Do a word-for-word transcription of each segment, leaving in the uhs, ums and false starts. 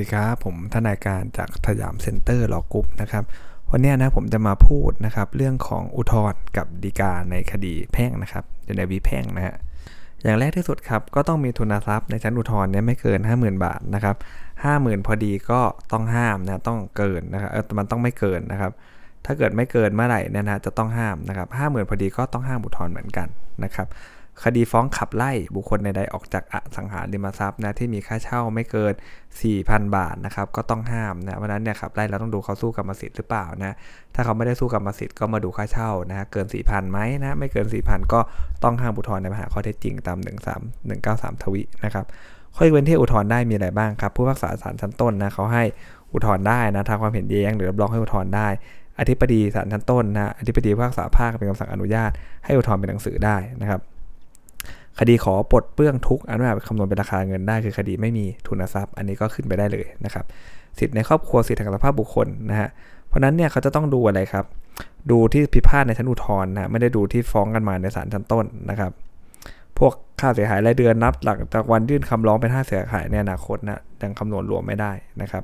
ดีครับผมทนายการจากสยามเซ็นเตอร์ลอกรุ๊ปนะครับวันนี้นะผมจะมาพูดนะครับเรื่องของอุทธรณ์กับฎีกาในคดีแพ่งนะครับอยู่ในวีแพ่งนะฮะอย่างแรกที่สุดครับก็ต้องมีทุนทรัพย์ในชั้นอุทธรณ์เนี่ยไม่เกิน ห้าหมื่น บาทนะครับห้าหมื่นพอดีก็ต้องห้ามนะต้องเกินนะครับเออมันต้องไม่เกินนะครับถ้าเกิดไม่เกินเมื่อไหร่เนี่ยนะจะต้องห้ามนะครับห้าหมื่นพอดีก็ต้องห้ามอุทธรณ์เหมือนกันนะครับคดีฟ้องขับไล่บุคคลใดๆออกจากอสังหาริมทรัพย์นะที่มีค่าเช่าไม่เกิน สี่พัน บาทนะครับก็ต้องห้ามนะเพราะนั้นเนี่ยขับไล่เราต้องดูเขาสู้กรรมสิทธิ์หรือเปล่านะถ้าเขาไม่ได้สู้กรรมสิทธิ์ก็มาดูค่าเช่านะเกิน สี่พัน ไหมนะไม่เกิน สี่พัน ก็ต้องห้ามอุทธรณ์ในปัญหาข้อเท็จจริงตามหนึ่งสามหนึ่งเก้าสามทวินะครับข้อยกเว้นที่อุทธรณ์ได้มีอะไรบ้างครับผู้พิพากษาศาลชั้นต้นนะเขาให้อุทธรณ์ได้นะทางความเห็นแย้งหรือรับรองให้อุทธรณ์ได้อธิบดีศาลชั้นต้นนะอธิบดีผู้พิพากษาภาคเป็นคำสั่งอนุญาตให้อุทธรณ์เป็นหนังสือได้นะครับคดีขอปลดเปลื้องทุกข์อนุญาตคำนวณเป็นราคาเงินได้คือคดีไม่มีทุนทรัพย์อันนี้ก็ขึ้นไปได้เลยนะครับสิทธิในครอบครัวสิทธิทางสภาพบุคคลนะฮะเพราะนั้นเนี่ยเขาจะต้องดูอะไรครับดูที่พิพาทในชั้นอุทธรณ์นะไม่ได้ดูที่ฟ้องกันมาในศาลชั้นต้นนะครับพวกค่าเสียหายรายเดือนนับหลังจากวันยื่นคำร้องเป็นค่าเสียหายในอนาคตนะยังคำนวณรวมไม่ได้นะครับ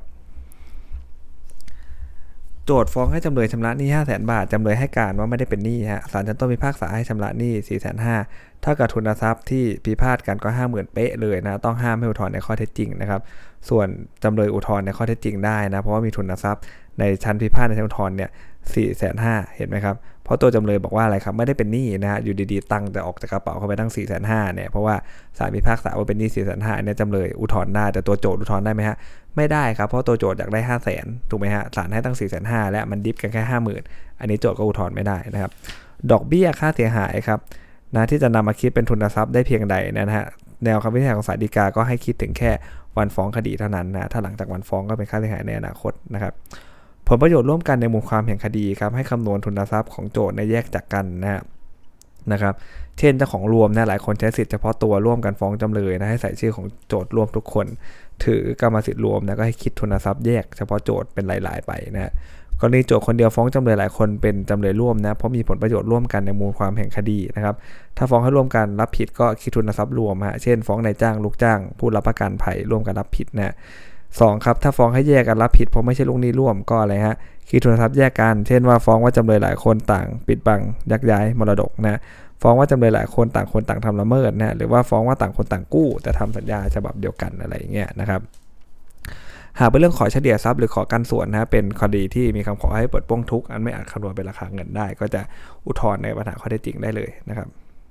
โจทก์ฟ้องให้จำเลยชำระหนี้ ห้าแสน บาทจำเลยให้การว่าไม่ได้เป็นหนี้ฮะศาลชั้นต้นพิพากษาให้ชำระหนี้ สี่แสนห้าหมื่น เท่ากับทุนทรัพย์ที่พิพาทกันก็ ห้าหมื่น เป๊ะเลยนะต้องห้ามให้อุทธรณ์ในข้อเท็จจริงนะครับส่วนจำเลยอุทธรณ์ในข้อเท็จจริงได้นะเพราะว่ามีทุนทรัพย์ในชั้นพิพาทในชั้นอุทธรณ์เนี่ย สี่แสนห้าหมื่น เห็นไหมครับเพราะตัวจำเลยบอกว่าอะไรครับไม่ได้เป็นหนี้นะฮะอยู่ดีๆตังค์จะออกจากกระเป๋าเข้าไปตั้ง สี่แสนห้าหมื่น เนี่ยเพราะว่าศาลพิพากษาว่าเป็นหนี้ สี่แสนห้าหมื่น เนี่ยจำเลยอุทธรณ์ได้แต่ตัวโจทก์อุทธรณ์ได้ไหมฮะไม่ได้ครับเพราะตัวโจทก์อยากได้ ห้าแสน ถูกไหมฮะศาลให้ตั้ง สี่แสนห้าหมื่น และมันดิฟกันแค่ ห้าหมื่น อันนี้โจทก์ก็อุทธรณ์ไม่ได้นะครับดอกเบี้ยค่าเสียหายครับนะที่จะนำมาคิดเป็นทุนทรัพย์ได้เพียงใดนะฮะแนวคำวินิจฉัยของศาลฎีกาก็ให้คิดถึงแค่วันฟ้องคดีเท่านั้นนะถ้าหลังจากวันฟ้องก็เป็นค่าเสียหายในอนาคตนะครับผลประโยชน์ร่วมกันในมุมความแห่งคดีครับให้คำนวณทุนทรัพย์ของโจทก์ในแยกจากกันนะนะครับเช่นเจ้าของรวมนะหลายคนใช้สิทธิเฉพาะตัวร่วมกันฟ้องจำเลยนะให้ใส่ชื่อของโจทก์ร่วมทุกคนถือกรรมสิทธิ์รวมนะก็ให้คิดทุนทรัพย์แยกเฉพาะโจทก์เป็นหลายๆไปนะกรณีโจทก์คนเดียวฟ้องจำเลยหลายคนเป็นจำเลยร่วมนะเพราะมีผลประโยชน์ร่วมกันในมูลความแห่งคดีนะครับถ้าฟ้องให้ร่วมกันรับผิดก็คิดทุนทรัพย์รวมฮะเช่นฟ้องนายจ้างลูกจ้างผู้รับประกันภัยร่วมกันรับผิดนะสองครับถ้าฟ้องให้แยกกันรับผิดเพราะไม่ใช่ลูกหนี้ร่วมก็อะไรฮะคิดทุนทรัพย์แยกกันเช่นว่าฟ้องว่าจำเลยหลายคนต่างปิดบังยักย้ายมรดกนะฟ้องว่าจำเลยหลายคนต่างคนต่างทำละเมิดนะหรือว่าฟ้องว่าต่างคนต่างกู้แต่ทำสัญญาฉบับเดียวกันอะไรอย่างเงี้ยนะครับหากเป็นเรื่องขอเฉลี่ยทรัพย์หรือขอกันส่วนนะเป็นคดีที่มีคำขอให้ปลดปลื้องทุกข์อันไม่อาจคำนวณเป็นราคาเงินได้ก็จะอุทธรณ์ในปัญหาข้อเท็จจริงได้เลยนะครับ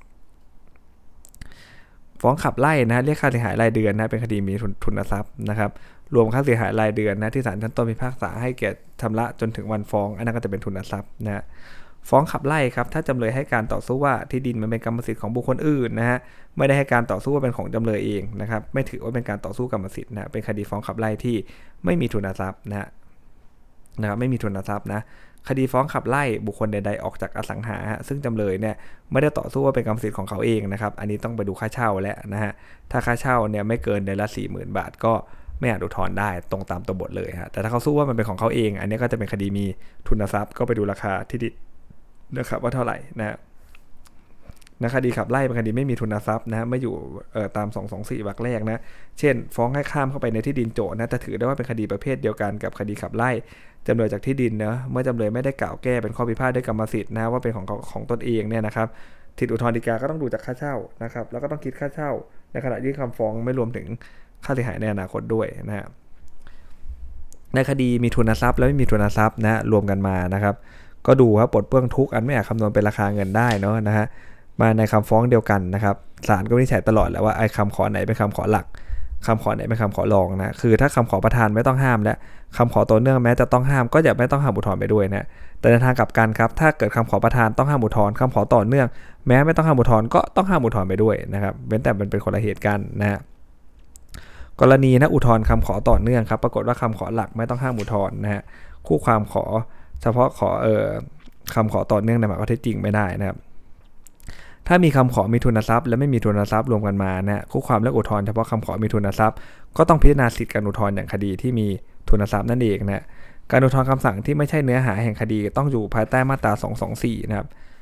ฟ้องขับไล่นะเรียกค่าเสียหายรายเดือนนะเป็นคดีมีทุนทรัพย์นะครับรวมค่าเสียหายรายเดือนนะที่ศาลชั้นต้นพิพากษาให้แก่ชำระจนถึงวันฟ้องอันนั้นก็จะเป็นทุนทรัพย์นะฟ้องขับไล่ครับถ้าจำเลยให้การต่อสู้ว่าที่ดินมันเป็นกรรมสิทธิ์ของบุคคลอื่นนะฮะไม่ได้ให้การต่อสู้ว่าเป็นของจำเลยเองนะครับไม่ถือว่าเป็นการต่อสู้กรรมสิทธิ์นะเป็นคดีฟ้องขับไล่ที่ไม่มีทุนทรัพย์นะฮะนะครับไม่มีทุนทรัพย์นะคดีฟ้องขับไล่บุคคลใดๆออกจากอสังหาซึ่งจำเลยเนี่ยไม่ได้ต่อสู้ว่าเป็นกรรมสิทธิ์ของเขาเองนะครับอันนี้ต้องไปดูค่าเช่าแล้วนะฮะถ้าค่าเช่าเนี่ยไม่เกินเดือนละ สี่หมื่น บาทก็ไม่อาจอุทธรณ์ได้ตรงตามตัวบทเลยฮะแต่ถ้าเขาสู้ว่ามันเป็นของเขาเองอันนี้ก็จะเป็นคดีมีทุนทรัพย์ก็ไปดูราคาที่ดินนะครับว่าเท่าไหร่นะนะคดีขับไล่เป็นคดีไม่มีทุนทรัพย์นะไม่อยู่เอ่อตามสองสองสี่วรรคแรกนะเช่นฟ้องให้ข้ามเข้าไปในที่ดินโจทก์นะจะถือได้ว่าเป็นคดีประเภทเดียวกันกับคดีขับไล่จำเลยจากที่ดินเนะเมื่อจำเลยไม่ได้กล่าวแก้เป็นข้อพิพาทด้วยกรรมสิทธิ์นะว่าเป็นของของตนเองเนี่ยนะครับสิทธิอุทธรณ์ฎีกาก็ต้องดูจากค่าเช่านะครับแล้วก็ต้องคิดค่าเช่าในขณะยื่นคำฟ้องไม่รวมถึงค่าเสียหายในอนาคตด้วยนะฮะในคดีมีทุนทรัพย์และไม่มีทุนทรัพย์นะรวมกันมานะครับก็ดูว่าปลดเปลื้องทุกข์อันไม่อาจคำนวณเป็นราคาเงินได้เนาะนะฮะมาในคำฟ้องเดียวกันนะครับศาลก็วินิจฉัยตลอดแล้วว่าไอ้คำขอไหนเป็นคำขอหลักคำขอไหนเป็นคำขอรองนะคือถ้าคำขอประธานไม่ต้องห้ามและคำขอต่อเนื่องแม้จะต้องห้ามก็อย่าไม่ต้องห้ามอุทธรณ์ไปด้วยนะแต่ในทางกลับกันครับถ้าเกิดคำขอประธานต้องห้ามอุทธรณ์คำขอต่อเนื่องแม้ไม่ต้องห้ามอุทธรณ์ก็ต้องห้ามอุทธรณ์ไปด้วยนะครับเว้นแต่มันเป็นคนละเหตุกันนะฮะกรณีนะอุทธรณ์คำขอต่อเนื่องครับปรากฏว่าคำขอหลักไม่ต้องห้ามอุทธรณ์นะฮะคู่ความขอเฉพาะขอเอ่อคำขอต่อเนื่องในหมายข้อเท็จจริงไม่ได้นะครับถ้ามีคำขอมีทุนทรัพย์และไม่มีทุนทรัพย์รวมกันมานะคู่ความและอุทธรณ์เฉพาะคำขอมีทุนทรัพย์ก็ต้องพิจารณาสิทธิการอุทธรณ์อย่างคดีที่มีทุนทรัพย์นั่นเองนะการอุทธรณ์คำสั่งที่ไม่ใช่เนื้อหาแห่งคดีต้องอยู่ภายใต้มาตราสองสองสี่นะครับ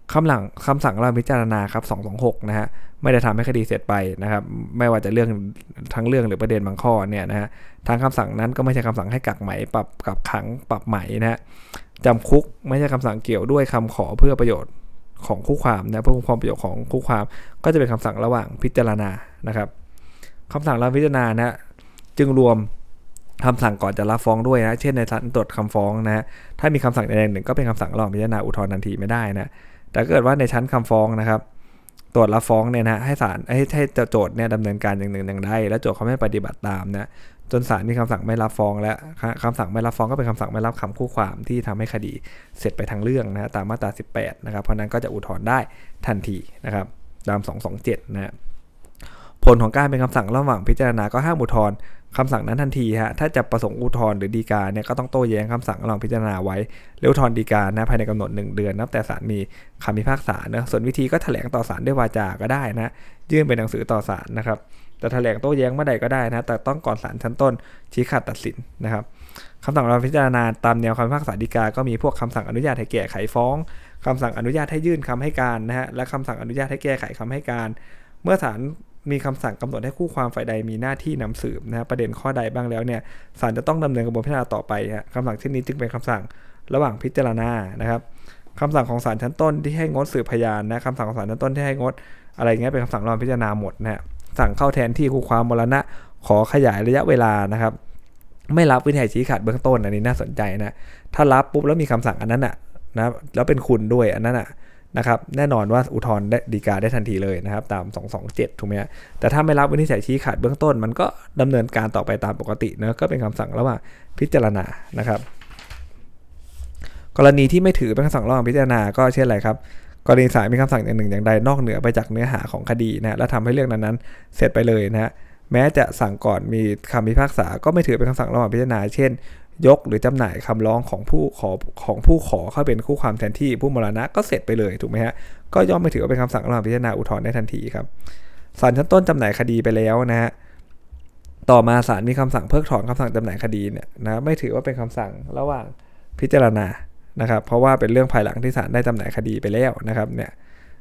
คำหลังคำสั่งเราพิจารณาครับสองสองหกนะฮะไม่ได้ทำให้คดีเสร็จไปนะครับไม่ว่าจะเรื่องทั้งเรื่องหรือประเด็นบางข้อเนี่ยนะฮะทางคำสั่งนั้นก็ไม่ใช่คำสั่งให้กักไหมปรับกับขังปรับไหมนะฮะจำคุกไม่ใช่คำสั่งเกี่ยวด้วยคำขอเพื่อประโยชน์ของคู่ความนะเพื่อความประโยชน์ของคู่ความก็จะเป็นคำสั่งระหว่างพิจารณานะครับคำสั่งเราพิจารณานะจึงรวมคำสั่งก่อนจะรับฟ้องด้วยนะเช่นในชั้นตรวจคำฟ้องนะฮะถ้ามีคำสั่งใดๆหนึ่งก็เป็นคำสั่งระหว่างพิจารณาอุทธรณ์ทันทีไม่ได้นะแต่เกิดว่าในชั้นคำฟ้องนะครับตรวจรับฟ้องเนี่ยนะให้ศาลให้ให้โจทย์เนี่ยดำเนินการอย่างหนึ่งอย่างใดและโจทย์เขาไม่ปฏิบัติตามนะจนศาลมีคำสั่งไม่รับฟ้องและคำสั่งไม่รับฟ้องก็เป็นคำสั่งไม่รับคำคู่ความที่ทำให้คดีเสร็จไปทางเรื่องนะตามมาตราสิบแปดนะครับเพราะนั้นก็จะอุทธรณ์ได้ทันทีนะครับตามสองสองเจ็ดนะผลของการเป็นคำสั่งระหว่างพิจารณาก็ห้ามอุทธรณ์คำสั่งนั้นทันทีฮะถ้าจะประสงค์อุทธรณ์หรือฎีกาเนี่ยก็ต้องโต้แย้งคำสั่งระหว่างพิจารณาไว้หรืออุทธรณ์ฎีกานะภายในกำหนดหนึ่งเดือนนับแต่ศาลมีคำพิพากษานะส่วนวิธีก็แถลงต่อศาลด้วยวาจาก็ได้นะยื่นเป็นหนังสือต่อศาลนะครับจะแถลงโต้แย้งเมื่อใดก็ได้นะแต่ต้องก่อนศาลชั้นต้นชี้ขาดตัดสินนะครับคำสั่งระหว่างพิจารณาตามแนวคำพิพากษาฎีกาก็มีพวกคำสั่งอนุญาตให้แก้ไขฟ้องคำสั่งอนุญาตให้ยื่นคำให้การนะฮะและคำสั่งอนุญาตให้แก้ไขคำให้การเมื่อศาลมีคำสั่งกำหนดให้คู่ความฝ่ายใดมีหน้าที่นำสืบนะประเด็นข้อใดบ้างแล้วเนี่ยศาลจะต้องดำเนินกระบวนการพิจารณาต่อไปฮะคำสั่งเช่นนี้จึงเป็นคำสั่งระหว่างพิจารณานะครับคำสั่งของศาลชั้นต้นที่ให้งดสืบพยานนะคำสั่งของศาลชั้นต้นที่ให้งดอะไรเงี้ยเป็นคำสั่งระหว่างพิจารณาหมดนะฮะสั่งเข้าแทนที่คู่ความมรณะขอขยายระยะเวลานะครับไม่รับวินิจฉัยชี้ขาดเบื้องต้นอันนี้น่าสนใจนะถ้ารับปุ๊บแล้วมีคำสั่งอันนั้นอ่ะนะแล้วเป็นคุณด้วยอันนั้นอ่ะนะครับแน่นอนว่าอุทธรณ์ได้ฎีกาได้ทันทีเลยนะครับตามสองสองเจ็ดถูกไหมฮะแต่ถ้าไม่รับวินิจฉัยชี้ขาดเบื้องต้นมันก็ดำเนินการต่อไปตามปกตินะก็เป็นคำสั่งระหว่างพิจารณานะครับกรณีที่ไม่ถือเป็นคำสั่งระหว่างพิจารณาก็เช่นอะไรครับกรณีศาลมีคำสั่งอย่างหนึ่งอย่างใดนอกเหนือไปจากเนื้อหาของคดีนะและทำให้เรื่องนั้นๆเสร็จไปเลยนะฮะแม้จะสั่งก่อนมีคำพิพากษาก็ไม่ถือเป็นคำสั่งระหว่างพิจารณาเช่นยกหรือจำหน่ายคำร้องของผู้ขอของผู้ขอเข้าเป็นคู่ความแทนที่ผู้มรณะก็เสร็จไปเลยถูกไหมฮะก็ย่อมไม่ถือว่าเป็นคำสั่งระหว่างพิจารณาอุทธรณ์ได้ทันทีครับศาลชั้นต้นจำหน่ายคดีไปแล้วนะฮะต่อมาศาลมีคำสั่งเพิกถอนคำสั่งจำหน่ายคดีเนี่ยนะไม่ถือว่าเป็นคำสั่งระหว่างพิจารณานะครับเพราะว่าเป็นเรื่องภายหลังที่ศาลได้จำหน่ายคดีไปแล้วนะครับเนี่ย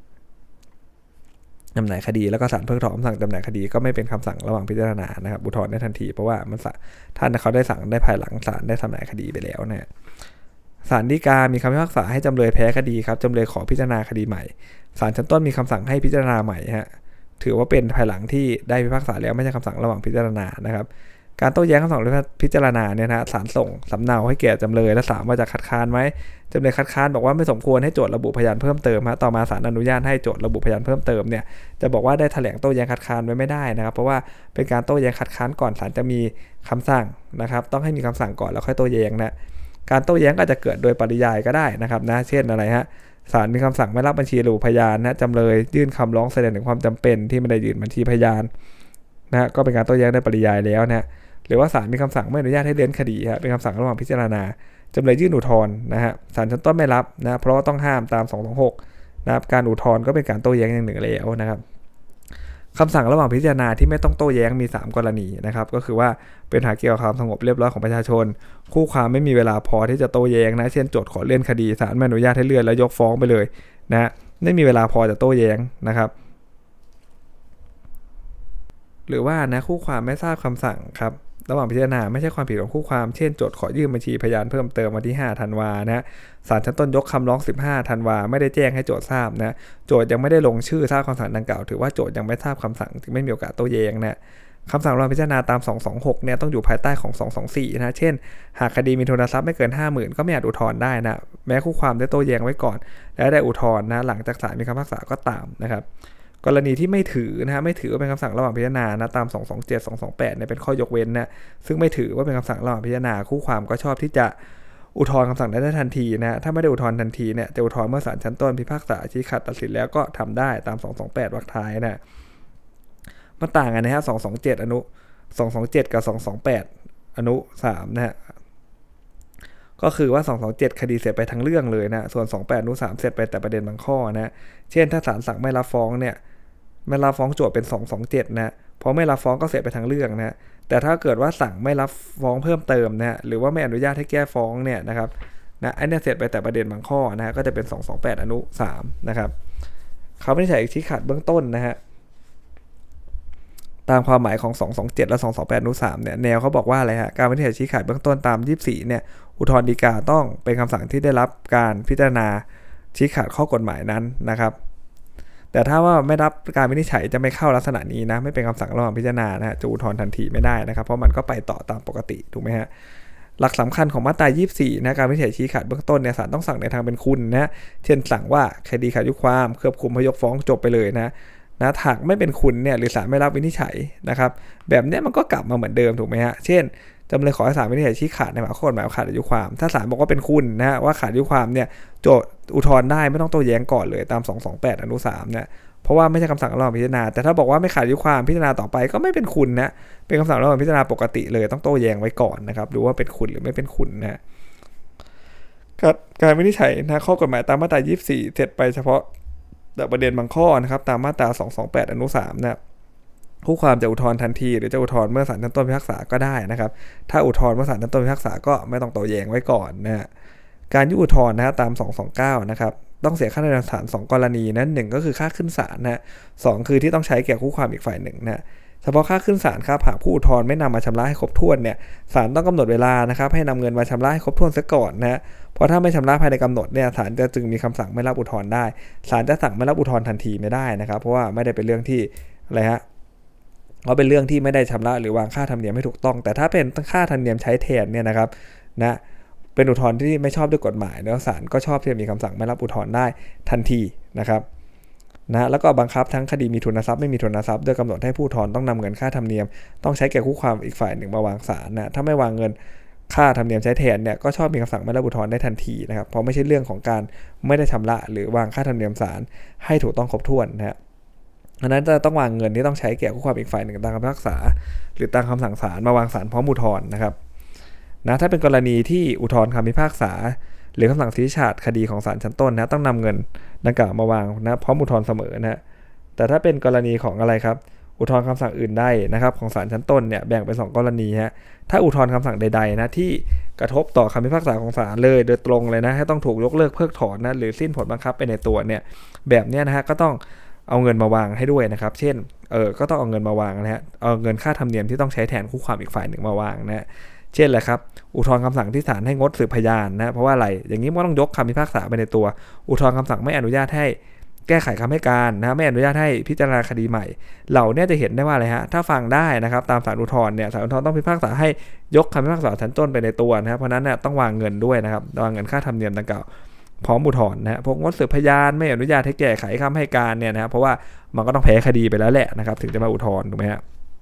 จำหน่ายคดีแล้วก็ศาลเพิกถอนคำสั่งจำหน่ายคดีก็ไม่เป็นคำสั่งระหว่างพิจารณานะครับอุทธรณ์ได้ทันทีเพราะว่ามันท่านเขาได้สั่งได้ภายหลังศาลได้จำหน่ายคดีไปแล้วนะศาลฎีกามีคำพิพากษาให้จำเลยแพ้คดีครับจำเลยขอพิจารณาคดีใหม่ศาลชั้นต้นมีคำสั่งให้พิจารณาใหม่ฮะถือว่าเป็นภายหลังที่ได้พิพากษาแล้วไม่ใช่คำสั่งระหว่างพิจารณานะครับการโต้แย้งคำสั่งพิจารณาเนี่ยนะศาลส่งสำเนาให้แก่จำเลยและศาลว่าจะคัดค้านไหมจำเลยคัดค้านบอกว่าไม่สมควรให้โจทก์ระบุพยานเพิ่มเติมฮะต่อมาศาลอนุญาตให้โจทก์ระบุพยานเพิ่มเติมเนี่ยจะบอกว่าได้แถลงโต้แย้งคัดค้านไว้ไม่ได้นะครับเพราะว่าเป็นการโต้แย้งคัดค้านก่อนศาลจะมีคำสั่งนะครับต้องให้มีคำสั่งก่อนแล้วค่อยโต้แย้งนะการโต้แย้งก็จะเกิดโดยปริยายก็ได้นะครับนะเช่นอะไรฮะศาลมีคำสั่งไม่รับบัญชีระบุพยานนะจำเลยยื่นคำร้องแสดงถึงความจำเป็นที่ไม่ได้ยื่นบัญชีพยานนะก็เป็นการโต้แย้งโดยปริยายแล้วนะหรือว่าศาลมีคำสั่งไม่อนุญาตให้เลื่อนคดีฮะเป็นคำสั่งระหว่างพิจารณาจำเลยยื่นอุทธรณ์นะฮะศาลชั้นต้นไม่รับนะเพราะว่าต้องห้ามตามสองสองหกนะครับการอุทธรณ์ก็เป็นการโต้แย้งอย่างหนึ่งแล้วนะครับคำสั่งระหว่างพิจารณาที่ไม่ต้องโต้แย้งมีสามกรณีนะครับก็คือว่าเป็นหาเกี่ยวกับความสงบเรียบร้อยของประชาชนคู่ความไม่มีเวลาพอที่จะโต้แย้งนะเช่นโจทก์ขอเลื่อนคดีศาลไม่อนุญาตให้เลื่อนแล้วยกฟ้องไปเลยนะไม่มีเวลาพอจะโต้แย้งนะครับหรือว่านะคู่ความไม่ทราบคำสั่งครับระหว่างพิจารณาไม่ใช่ความผิดของคู่ความเช่นโจทก์ขอยื่นบัญชีพยานเพิ่มเติมวันที่ห้าธันวานะฮะศาลชั้นต้นยกคำร้องสิบห้าธันวาไม่ได้แจ้งให้โจทก์ทราบนะโจทก์ยังไม่ได้ลงชื่อทราบคำสั่งดังกล่าวถือว่าโจทก์ยังไม่ทราบคำสั่งจึงไม่มีโอกาสโต้แย้งนะคำสั่งระหว่างพิจารณาตามสองสองหกเนี่ยต้องอยู่ภายใต้ของสองสองสี่นะเช่นหากคดีมีทุนทรัพย์ไม่เกิน ห้าหมื่น ก็ไม่อาจอุทธรณ์ได้นะแม้คู่ความได้โต้แย้งไว้ก่อนและได้อุทธรณ์นะหลังจากศาลมีคำพิพากษาก็ตามนะครับกรณีที่ไม่ถือนะฮะไม่ถือว่าเป็นคำสั่งระหว่างพิจารณานะตามสองสองเจ็ด สองสองแปดเนี่ยเป็นข้อยกเว้นนะซึ่งไม่ถือว่าเป็นคำสั่งระหว่างพิจารณาคู่ความก็ชอบที่จะอุทธรณ์คำสั่งได้ทันทีนะถ้าไม่ได้อุทธรณ์ทันทีเนี่ยจะอุทธรณ์เมื่อศาลชั้นต้นพิพากษาชี้ขาดตัดสินแล้วก็ทำได้ตามสองสองแปดวรรคท้ายนะมันต่างกันนะฮะสองสองเจ็ดอนุสองสองเจ็ดกับสองสองแปดอนุสามนะฮะก็คือว่าสองสองเจ็ดคดีเสร็จไปทั้งเรื่องเลยนะส่วนสองสิบแปดอนุสามเสร็จไปแต่ประเด็นบางข้อนะเช่นถ้าศาลสั่งไม่รับฟ้องเนี่ยไม่รับฟ้องโจทก์เป็นสองสองเจ็ดนะพอไม่รับฟ้องก็เสร็จไปทั้งเรื่องนะแต่ถ้าเกิดว่าสั่งไม่รับฟ้องเพิ่มเติมนะหรือว่าไม่อนุญาตให้แก้ฟ้องเนี่ยนะครับนะอันนี้เสร็จไปแต่ประเด็นบางข้อนะฮะก็จะเป็นสองสองแปดอนุสามนะครับเขาไม่ได้ใช้ชี้ขาดเบื้องต้นนะฮะตามความหมายของสองสองเจ็ดและสองสองแปดอนุสามเนี่ยแนวเขาบอกว่าอะไรฮะการวินิจฉัยชี้ขาดเบื้องต้นตามยี่สิบสี่เนี่ยอุทธรณ์ฎีกาต้องเป็นคำสั่งที่ได้รับการพิจารณาชี้ขาดข้อกฎหมายนั้นนะครับแต่ถ้าว่าไม่รับการวินิจฉัยจะไม่เข้าลักษณะนี้นะไม่เป็นคำสั่งระหว่างพิจารณานะฮะจะอุทธรณ์ทันทีไม่ได้นะครับเพราะมันก็ไปต่อตามปกติถูกไหมฮะหลักสำคัญของมาตรายี่สิบสี่นะการวินิจฉัยชี้ขาดเบื้องต้นเนี่ยศาลต้องสั่งในทางเป็นคุณนะเช่นสั่งว่าคดีขาดอายุความควบคุมให้ยกฟ้องจบไปเลยนะนะหากไม่เป็นคุณเนี่ยหรือศาลไม่รับวินิจฉัยนะครับแบบนี้มันก็กลับมาเหมือนเดิมถูกไหมฮะเช่นจำเลยขอให้ศาลวินิจฉัยชี้ขาดในหมายข้อกฎหมายขาดอายุความถ้าศาลบอกว่าเป็นคุณนะว่าขาดอายุความเนี่ยโจทย์อุทธรณ์ได้ไม่ต้องโต้แย้งก่อนเลยตามสองสองแปดอนุสามเนี่ยเพราะว่าไม่ใช่คำสั่งระหว่างพิจารณาแต่ถ้าบอกว่าไม่ขาดอายุความพิจารณาต่อไปก็ไม่เป็นคุณนะเป็นคำสั่งระหว่างพิจารณาปกติเลยต้องโต้แย้งไว้ก่อนนะครับดูว่าเป็นคุณหรือไม่เป็นคุณนะการวินิจฉัยนะข้อกฎหมายตามมาตรายี่สิบสี่เสร็จไปเฉพาะแต่ประเด็นบางข้อนะครับตามมาตราสองสองแปดอนุสามนะผู้ความจะอุทธรณ์ทันทีหรือจะอุทธรณ์เมื่อศาลชั้นต้นพิพากษาก็ได้นะครับถ้าอุทธรณ์เมื่อศาลชั้นต้นพิพากษาก็ไม่ต้องโต้แย้งไว้ก่อนนะการยื่นอุทธรณ์นะตามสองสองเก้านะครับต้องเสียค่าธรรมเนียมศาลสองกรณีนั้นหนึ่งก็คือค่าขึ้นศาลนะสองคือที่ต้องใช้แก่คู่ความอีกฝ่ายหนึ่งนะเฉพาะค่าขึ้นศาลครับหากผู้อุทธรณ์ไม่นำมาชำระให้ครบถ้วนเนี่ยศาลต้องกำหนดเวลานะครับให้นำเงินมาชำระให้ครบถ้วนซะก่อนนะเพราะถ้าไม่ชำระภายในกำหนดเนี่ยศาลจะจึงมีคำสั่งไม่รับอุทธรณ์ได้ศาลจะสั่งไม่รับอุทธรณ์ทันทีไม่ได้นะครับเพราะว่าไม่ได้เป็นเรื่องที่อะไรฮะเพราะเป็นเรื่องที่ไม่ได้ชำระหรือวางค่าธรรมเนียมไม่ถูกต้องแต่ถ้าเป็นค่าธรรมเนียมใช้แทนเนี่ยนะครับนะเป็นอุทธรณ์ที่ไม่ชอบด้วยกฎหมายแล้วศาลก็ชอบที่จะมีคำสั่งไม่รับอุทธรณ์ได้ทันทีนะครับนะแล้วก็บังคับทั้งคดีมีทุนทรัพย์ไม่มีทุนทรัพย์โดยกำหนดให้ผู้อุทธรณ์ต้องนำเงินค่าธรรมเนียมต้องใช้แก่คู่ความอีกฝ่ายหนึ่งมาวางศาลนะถ้าไม่วางเงินค่าธรรมเนียมใช้แทนเนี่ยก็ชอบมีคำสั่งไม่รับอุทธรณ์ได้ทันทีนะครับเพราะไม่ใช่เรื่องของการไม่ได้ชำระหรือวางค่าธรรมเนียมศาลให้ถูกต้องครบถ้วนนะฮะอันนั้นจะต้องวางเงินที่ต้องใช้แก่คู่ความอีกฝ่ายหนึ่งตามคำพิพากษาหรือตามคำสั่งศาลมาวางศาลพร้อมอุทธรณ์นะครับนะถ้าเป็นกรณีที่อุทธรณ์คำพิพากษาหรือคำสั่งชี้ขาดคดีของศาลชั้นต้นนะต้องนำเงินดังกล่าวมาวางนะพร้อมอุทธรณ์เสมอนะแต่ถ้าเป็นกรณีของอะไรครับอุทธรณ์คำสั่งอื่นได้นะครับของศาลชั้นต้นเนี่ยแบ่งเป็นสองกรณีฮะถ้าอุทธรณ์คำสั่งใดๆนะที่กระทบต่อคำพิพากษาของศาลเลยโดยตรงเลยนะให้ต้องถูกยกเลิกเพิกถอนนะหรือสิ้นผลบังคับไปในตัวเนี่ยแบบนี้นะฮะก็ต้องเอาเงินมาวางให้ด้วยนะครับเช่นเออก็ต้องเอาเงินมาวางนะฮะเอาเงินค่าธรรมเนียมที่ต้องใช้แทนคู่ความอีกฝ่ายหนึ่งมาวางนะเช่นแหละครับอุทธรณ์คำสั่งที่ศาลให้งดสืบพยานนะเพราะว่าอะไรอย่างนี้มันต้องยกคำพิพากษาไปในตัวอุทธรณ์คำสั่งไม่อนุญาตให้แก้ไขคำให้การนะไม่อนุญาตให้พิจารณาคดีใหม่เหล่านี้จะเห็นได้ว่าอะไรฮะถ้าฟังได้นะครับตามศาลอุทธรณ์เนี่ยศาลอุทธรณ์ต้องพิพากษาให้ยกคำพิพากษาชั้นต้นไปในตัวนะครับเพราะนั้นเนี่ยต้องวางเงินด้วยนะครับวางเงินค่าธรรมเนียมดังกล่าวพร้อมอุทธรณ์นะฮะพวกงดสืบพยานไม่อนุญาตให้แก้ไขคำให้การเนี่ยนะครับเพราะว่ามันก็ต้องแพ้คดีไปแล้วแหละนะครับถึงจะมาอุทธรณ์ถูกไหมฮะ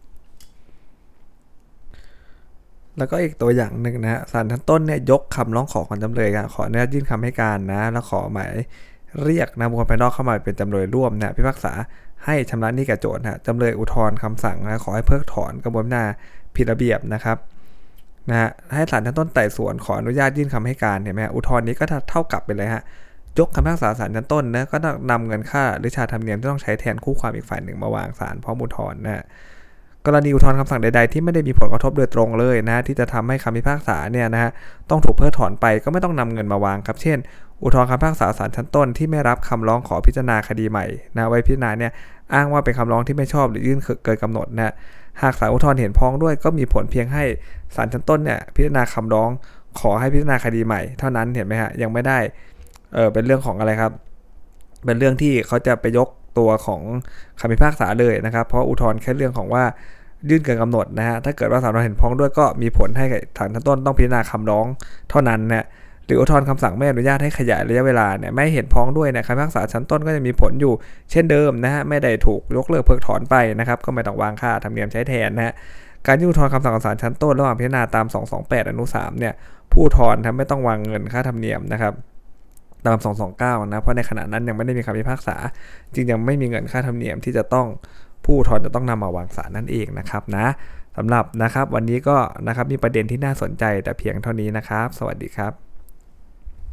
แล้วก็อีกตัวอย่างหนึ่งนะฮะศาลชั้นต้นเนี่ยยกคำร้องขอของจำเลยขออนุญาตยื่นคำให้การนะแล้วขอหมายเรียกนะบุคคลภายนอกเข้ามาเป็นจำเลยร่วมนะพิพากษาให้ชำระหนี้แก่โจทย์นะจำเลยอุทธรณ์คำสั่งนะขอให้เพิกถอนกระบวนการผิดระเบียบนะครับนะฮะให้ศาลชั้นต้นไต่สวนขออนุญาตยื่นคำให้การเห็นไหมฮะอุทธรณ์นี้ก็เท่ากับไปเลยฮะยกคำพิพากษาศาลชั้นต้นนะก็ต้องนำเงินค่าหรือชาธรรมเนียมที่ต้องใช้แทนคู่ความอีกฝ่ายหนึ่งมาวางศาลพร้อมอุทธรณ์นะฮะกรณีอุทธรณ์คำสั่งใดๆที่ไม่ได้มีผลกระทบโดยตรงเลยนะที่จะทำให้คำพิพากษาเนี่ยนะฮะต้องถูกเพิกถอนไปก็ไม่ต้องนำเงินมาวางครับเช่นอุทธรณ์คำพิพากษาศาลชั้นต้นที่ไม่รับคำร้องขอพิจารณาคดีใหม่นะไว้พิจารณาเนี่ยอ้างว่าเป็นคำร้องที่ไม่ชอบหรือยื่นเกินกำหนดนะหากศาลอุทธรณ์เห็นพ้องด้วยก็มีผลเพียงให้ศาลชั้นต้นเนี่ยพิจารณาคำร้องขอให้พิจารณาคดีใหม่เท่านั้นเห็นไหมฮะยังไม่ได้เออเป็นเรื่องของอะไรครับเป็นเรื่องที่เขาจะไปยกตัวของคำพิพากษาเลยนะครับเพราะอุทธรณ์แค่เรื่องของว่ายื่นเกินกำหนดนะฮะถ้าเกิดว่าศาลอุทธรณ์เห็นพ้องด้วยก็มีผลให้ศาลชั้นต้นต้องพิจารณาคำร้องเท่านั้นนะหรืออุทธรณ์คำสั่งไม่อนุญาตให้ขยายระยะเวลาเนี่ยไม่เห็นพ้องด้วยเนี่ยคำพิพากษาชั้นต้นก็จะมีผลอยู่เช่นเดิมนะฮะไม่ได้ถูกยกเลิกเพิกถอนไปนะครับก็ไม่ต้องวางค่าธรรมเนียมใช้แทนนะฮะการยื่นอุทธรณ์คำสั่งของศาลชั้นต้นระหว่างพิจารณาตามสองสองแปดอนุสามเนี่ยผู้อุทธรณ์ทำไม่ต้องวางเงินค่าธรรมเนียมนะครับตามสองสองเก้านะเพราะในขณะนั้นยังไม่ได้มีคำพิพากษาจึงยังไม่มีเงินค่าธรรมเนียมที่จะต้องผู้อุทธรณ์จะต้องนำมาวางศาลนั่นเองนะครับนะสำหรับนะครับวันนี้ก็นะครับมีประเด็นที่น่าสนใจแต่เพียงเท่านี้นะครับสวัสดีครับ